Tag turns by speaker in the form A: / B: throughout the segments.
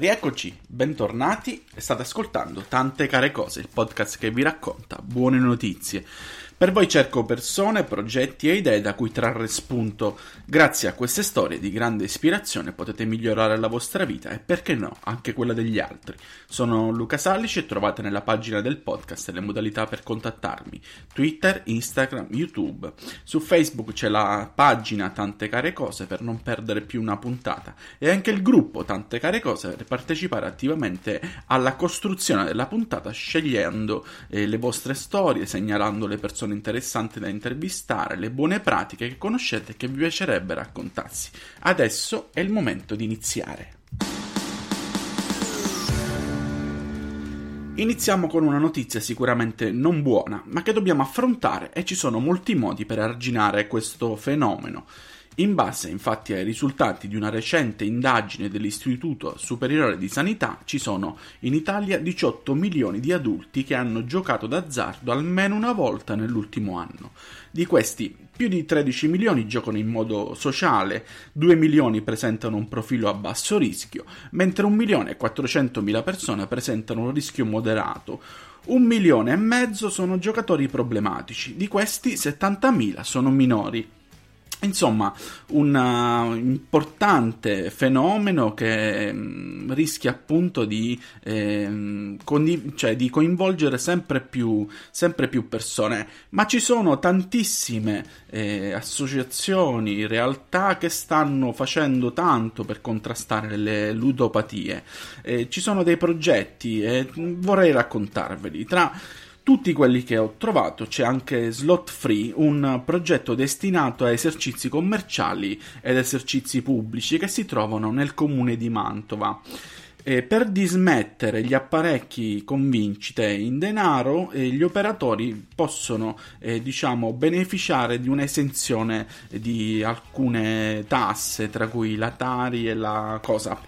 A: Rieccoci, bentornati, state ascoltando Tante Care Cose, il podcast che vi racconta buone notizie. Per voi cerco persone, progetti e idee da cui trarre spunto. Grazie a queste storie di grande ispirazione potete migliorare la vostra vita e, perché no, anche quella degli altri. Sono Luca Sallici e trovate nella pagina del podcast le modalità per contattarmi: Twitter, Instagram, YouTube. Su Facebook c'è la pagina Tante Care Cose per non perdere più una puntata e anche il gruppo Tante Care Cose per partecipare attivamente alla costruzione della puntata, scegliendo le vostre storie, segnalando le persone interessanti da intervistare, le buone pratiche che conoscete e che vi piacerebbe raccontarsi. Adesso è il momento di iniziare. Iniziamo con una notizia sicuramente non buona, ma che dobbiamo affrontare, e ci sono molti modi per arginare questo fenomeno. In base infatti ai risultati di una recente indagine dell'Istituto Superiore di Sanità, ci sono in Italia 18 milioni di adulti che hanno giocato d'azzardo almeno una volta nell'ultimo anno. Di questi, più di 13 milioni giocano in modo sociale, 2 milioni presentano un profilo a basso rischio, mentre 1.400.000 persone presentano un rischio moderato. 1,5 milioni sono giocatori problematici, di questi 70.000 sono minori. Insomma, un importante fenomeno che rischia appunto di coinvolgere sempre più persone, ma ci sono tantissime associazioni, realtà che stanno facendo tanto per contrastare le ludopatie. Ci sono dei progetti e vorrei raccontarveli. Tra tutti quelli che ho trovato c'è anche Slot Free, un progetto destinato a esercizi commerciali ed esercizi pubblici che si trovano nel comune di Mantova. Per dismettere gli apparecchi con vincite in denaro, gli operatori possono beneficiare di un'esenzione di alcune tasse, tra cui la Tari e la COSAP.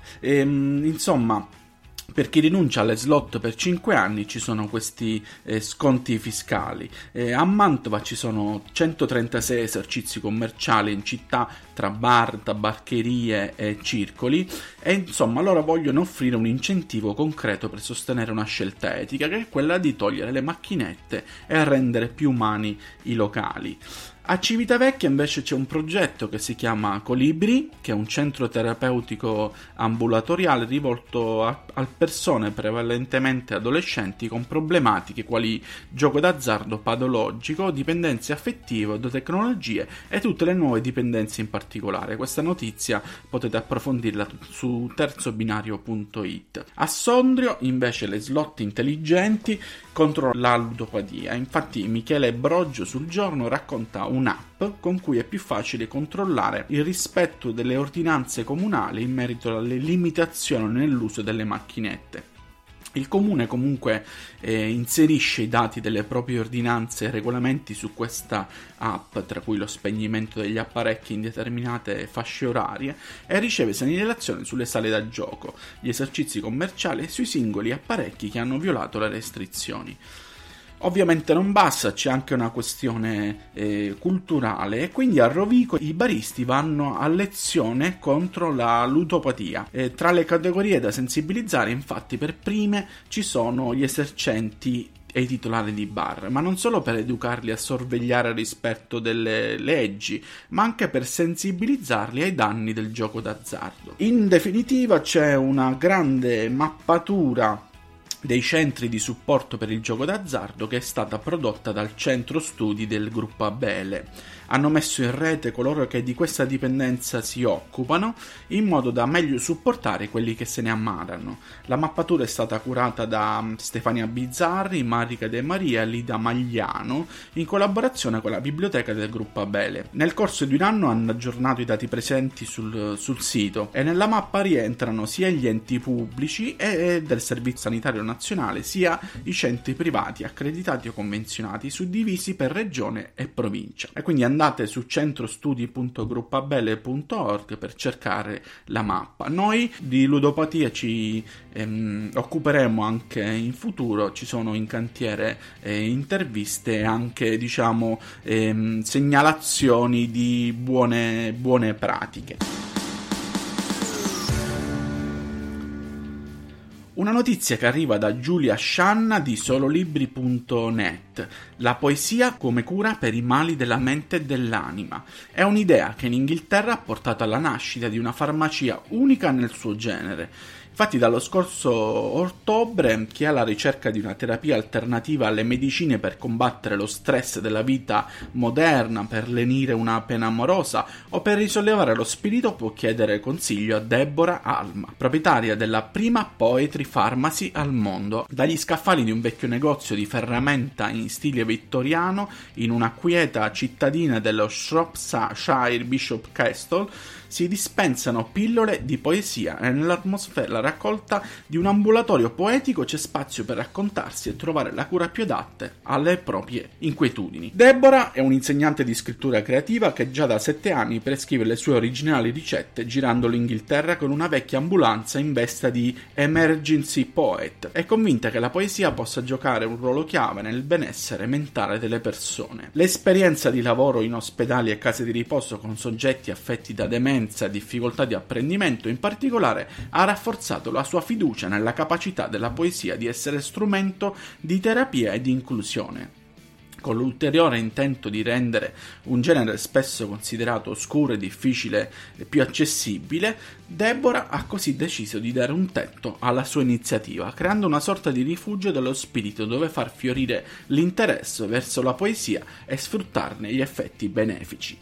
A: Per chi rinuncia alle slot per 5 anni ci sono questi sconti fiscali. A Mantova ci sono 136 esercizi commerciali in città tra bar, tabaccherie e circoli e insomma loro vogliono offrire un incentivo concreto per sostenere una scelta etica, che è quella di togliere le macchinette e rendere più umani i locali. A Civitavecchia invece c'è un progetto che si chiama Colibri, che è un centro terapeutico ambulatoriale rivolto a persone prevalentemente adolescenti con problematiche quali gioco d'azzardo patologico, dipendenze affettive, tecnologie e tutte le nuove dipendenze in particolare. Questa notizia potete approfondirla su terzobinario.it. A Sondrio invece le slot intelligenti contro la ludopatia. Infatti Michele Broggio sul Giorno racconta un'app con cui è più facile controllare il rispetto delle ordinanze comunali in merito alle limitazioni nell'uso delle macchinette. Il comune comunque inserisce i dati delle proprie ordinanze e regolamenti su questa app, tra cui lo spegnimento degli apparecchi in determinate fasce orarie, e riceve segnalazioni sulle sale da gioco, gli esercizi commerciali e sui singoli apparecchi che hanno violato le restrizioni. Ovviamente non basta, c'è anche una questione culturale, e quindi a Rovigo i baristi vanno a lezione contro la ludopatia. Tra le categorie da sensibilizzare, infatti, per prime ci sono gli esercenti e i titolari di bar, ma non solo per educarli a sorvegliare il rispetto delle leggi, ma anche per sensibilizzarli ai danni del gioco d'azzardo. In definitiva c'è una grande mappatura dei centri di supporto per il gioco d'azzardo che è stata prodotta dal centro studi del gruppo Abele. Hanno messo in rete coloro che di questa dipendenza si occupano in modo da meglio supportare quelli che se ne ammalano. La mappatura è stata curata da Stefania Bizzarri, Marica De Maria e Lida Magliano in collaborazione con la biblioteca del gruppo Abele. Nel corso di un anno hanno aggiornato i dati presenti sul sito e nella mappa rientrano sia gli enti pubblici e del Servizio Sanitario Nazionale sia i centri privati accreditati o convenzionati suddivisi per regione e provincia. E quindi andate su centrostudi.gruppabele.org per cercare la mappa. Noi di ludopatia ci occuperemo anche in futuro, ci sono in cantiere interviste e anche segnalazioni di buone pratiche. Una notizia che arriva da Giulia Scianna di sololibri.net. La poesia come cura per i mali della mente e dell'anima. È un'idea che in Inghilterra ha portato alla nascita di una farmacia unica nel suo genere. Infatti dallo scorso ottobre chi è alla ricerca di una terapia alternativa alle medicine per combattere lo stress della vita moderna, per lenire una pena amorosa o per risollevare lo spirito può chiedere consiglio a Deborah Alma, proprietaria della prima poetry pharmacy al mondo. Dagli scaffali di un vecchio negozio di ferramenta in stile vittoriano in una quieta cittadina dello Shropshire Bishop Castle si dispensano pillole di poesia e nell'atmosfera raccolta di un ambulatorio poetico c'è spazio per raccontarsi e trovare la cura più adatta alle proprie inquietudini. Deborah è un'insegnante di scrittura creativa che già da 7 anni prescrive le sue originali ricette girando l'Inghilterra con una vecchia ambulanza in veste di emergency poet. È convinta che la poesia possa giocare un ruolo chiave nel benessere mentale delle persone. L'esperienza di lavoro in ospedali e case di riposo con soggetti affetti da demenza e difficoltà di apprendimento in particolare ha rafforzato la sua fiducia nella capacità della poesia di essere strumento di terapia e di inclusione. Con l'ulteriore intento di rendere un genere spesso considerato oscuro e difficile più accessibile, Deborah ha così deciso di dare un tetto alla sua iniziativa, creando una sorta di rifugio dello spirito dove far fiorire l'interesse verso la poesia e sfruttarne gli effetti benefici.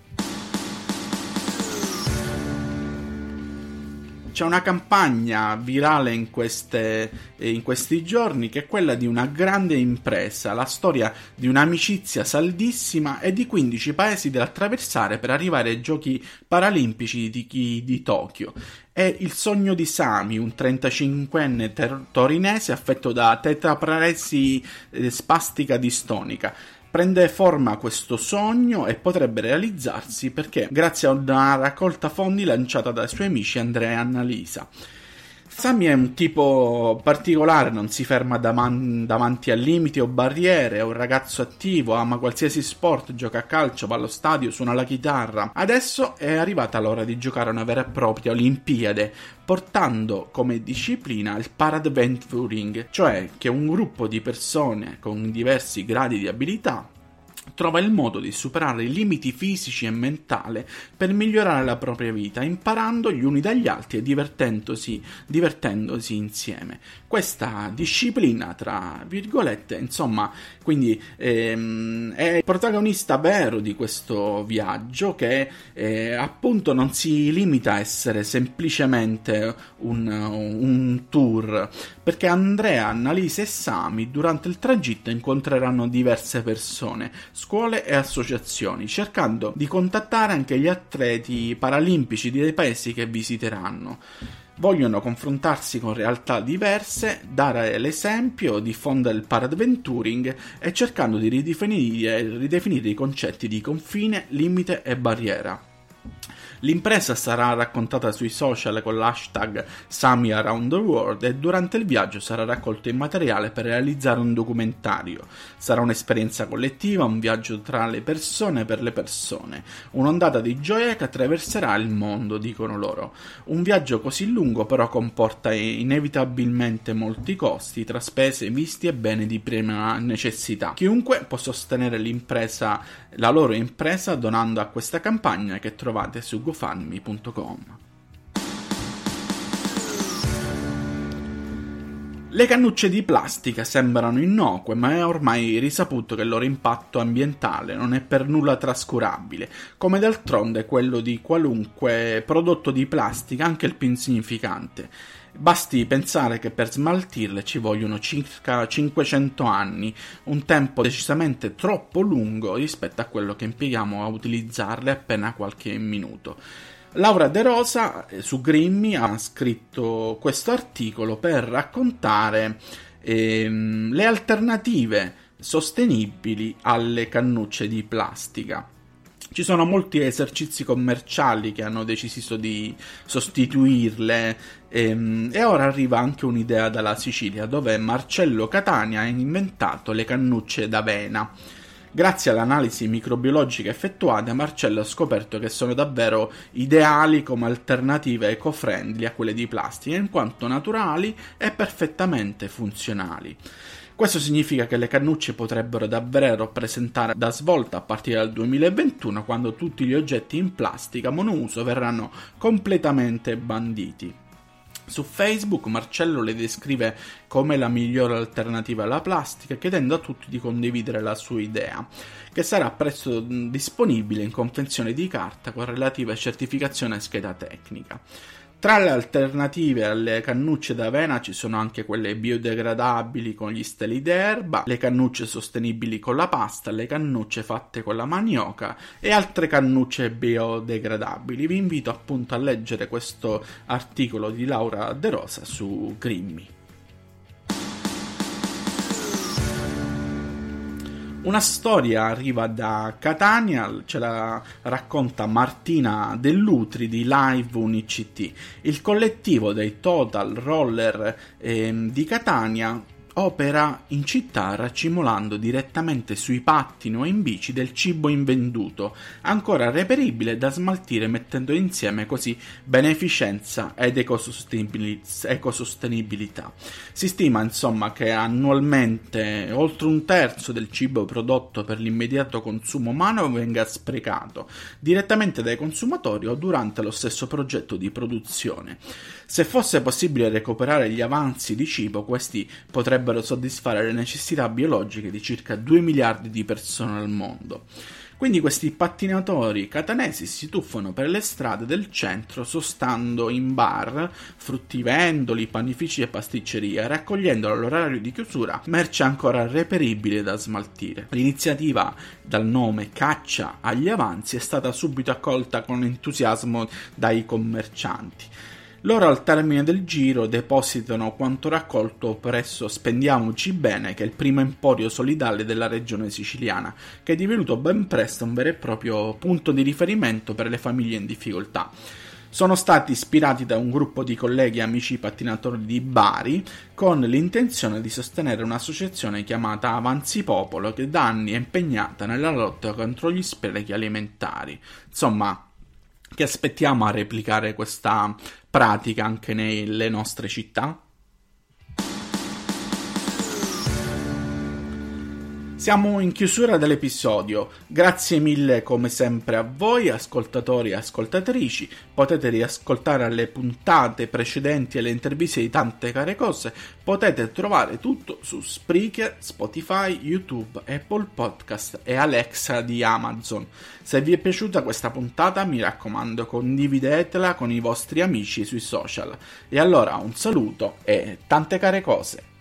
A: C'è una campagna virale in questi giorni che è quella di una grande impresa, la storia di un'amicizia saldissima e di 15 paesi da attraversare per arrivare ai Giochi Paralimpici di Tokyo. È il sogno di Sami, un 35enne torinese affetto da tetraparesi spastica distonica. Prende forma questo sogno e potrebbe realizzarsi perché grazie a una raccolta fondi lanciata dai suoi amici Andrea e Annalisa. Sami è un tipo particolare, non si ferma davanti a limiti o barriere, è un ragazzo attivo, ama qualsiasi sport, gioca a calcio, va allo stadio, suona la chitarra. Adesso è arrivata l'ora di giocare a una vera e propria Olimpiade, portando come disciplina il paradventuring, cioè che un gruppo di persone con diversi gradi di abilità trova il modo di superare i limiti fisici e mentali per migliorare la propria vita, imparando gli uni dagli altri e divertendosi insieme. Questa disciplina, tra virgolette, insomma, quindi è il protagonista vero di questo viaggio che appunto non si limita a essere semplicemente un tour, perché Andrea, Annalisa e Sami durante il tragitto incontreranno diverse persone, scuole e associazioni, cercando di contattare anche gli atleti paralimpici dei paesi che visiteranno. Vogliono confrontarsi con realtà diverse, dare l'esempio, diffondere il paradventuring e cercando di ridefinire i concetti di confine, limite e barriera. L'impresa sarà raccontata sui social con l'hashtag Sami Around the World e durante il viaggio sarà raccolto il materiale per realizzare un documentario. Sarà un'esperienza collettiva, un viaggio tra le persone per le persone, un'ondata di gioia che attraverserà il mondo, dicono loro. Un viaggio così lungo però comporta inevitabilmente molti costi tra spese, visti e beni di prima necessità. Chiunque può sostenere la loro impresa donando a questa campagna che trovate su GoFundMe.com. Le cannucce di plastica sembrano innocue, ma è ormai risaputo che il loro impatto ambientale non è per nulla trascurabile, come d'altronde quello di qualunque prodotto di plastica, anche il più insignificante. Basti pensare che per smaltirle ci vogliono circa 500 anni, un tempo decisamente troppo lungo rispetto a quello che impieghiamo a utilizzarle appena qualche minuto. Laura De Rosa su Grimmy ha scritto questo articolo per raccontare le alternative sostenibili alle cannucce di plastica. Ci sono molti esercizi commerciali che hanno deciso di sostituirle e ora arriva anche un'idea dalla Sicilia, dove Marcello Catania ha inventato le cannucce d'avena, Grazie all'analisi microbiologica effettuata, Marcello ha scoperto che sono davvero ideali come alternative eco-friendly a quelle di plastica, in quanto naturali e perfettamente funzionali. Questo significa che le cannucce potrebbero davvero rappresentare da svolta a partire dal 2021, quando tutti gli oggetti in plastica monouso verranno completamente banditi. Su Facebook Marcello le descrive come la migliore alternativa alla plastica, chiedendo a tutti di condividere la sua idea, che sarà presto disponibile in confezione di carta con relativa certificazione e scheda tecnica. Tra le alternative alle cannucce d'avena ci sono anche quelle biodegradabili con gli steli d'erba, le cannucce sostenibili con la pasta, le cannucce fatte con la manioca e altre cannucce biodegradabili. Vi invito appunto a leggere questo articolo di Laura De Rosa su Grimmi. Una storia arriva da Catania, ce la racconta Martina Dell'Utri di Live Unicit. Il collettivo dei Total Roller di Catania opera in città racimolando direttamente sui pattini o in bici del cibo invenduto, ancora reperibile da smaltire, mettendo insieme così beneficenza ed ecosostenibilità. Si stima insomma che annualmente oltre un terzo del cibo prodotto per l'immediato consumo umano venga sprecato direttamente dai consumatori o durante lo stesso progetto di produzione. Se fosse possibile recuperare gli avanzi di cibo, questi potrebbero soddisfare le necessità biologiche di circa 2 miliardi di persone al mondo. Quindi questi pattinatori catanesi si tuffano per le strade del centro, sostando in bar, fruttivendoli, panifici e pasticcerie, raccogliendo all'orario di chiusura merce ancora reperibile da smaltire. L'iniziativa, dal nome Caccia agli avanzi, è stata subito accolta con entusiasmo dai commercianti. Loro al termine del giro depositano quanto raccolto presso Spendiamoci Bene, che è il primo emporio solidale della regione siciliana, che è divenuto ben presto un vero e proprio punto di riferimento per le famiglie in difficoltà. Sono stati ispirati da un gruppo di colleghi e amici pattinatori di Bari con l'intenzione di sostenere un'associazione chiamata Avanzi Popolo, che da anni è impegnata nella lotta contro gli sprechi alimentari. Insomma, che aspettiamo a replicare questa pratica anche nelle nostre città? Siamo in chiusura dell'episodio, grazie mille come sempre a voi ascoltatori e ascoltatrici, potete riascoltare le puntate precedenti e le interviste di Tante Care Cose, potete trovare tutto su Spreaker, Spotify, YouTube, Apple Podcast e Alexa di Amazon. Se vi è piaciuta questa puntata mi raccomando condividetela con i vostri amici sui social. E allora un saluto e tante care cose!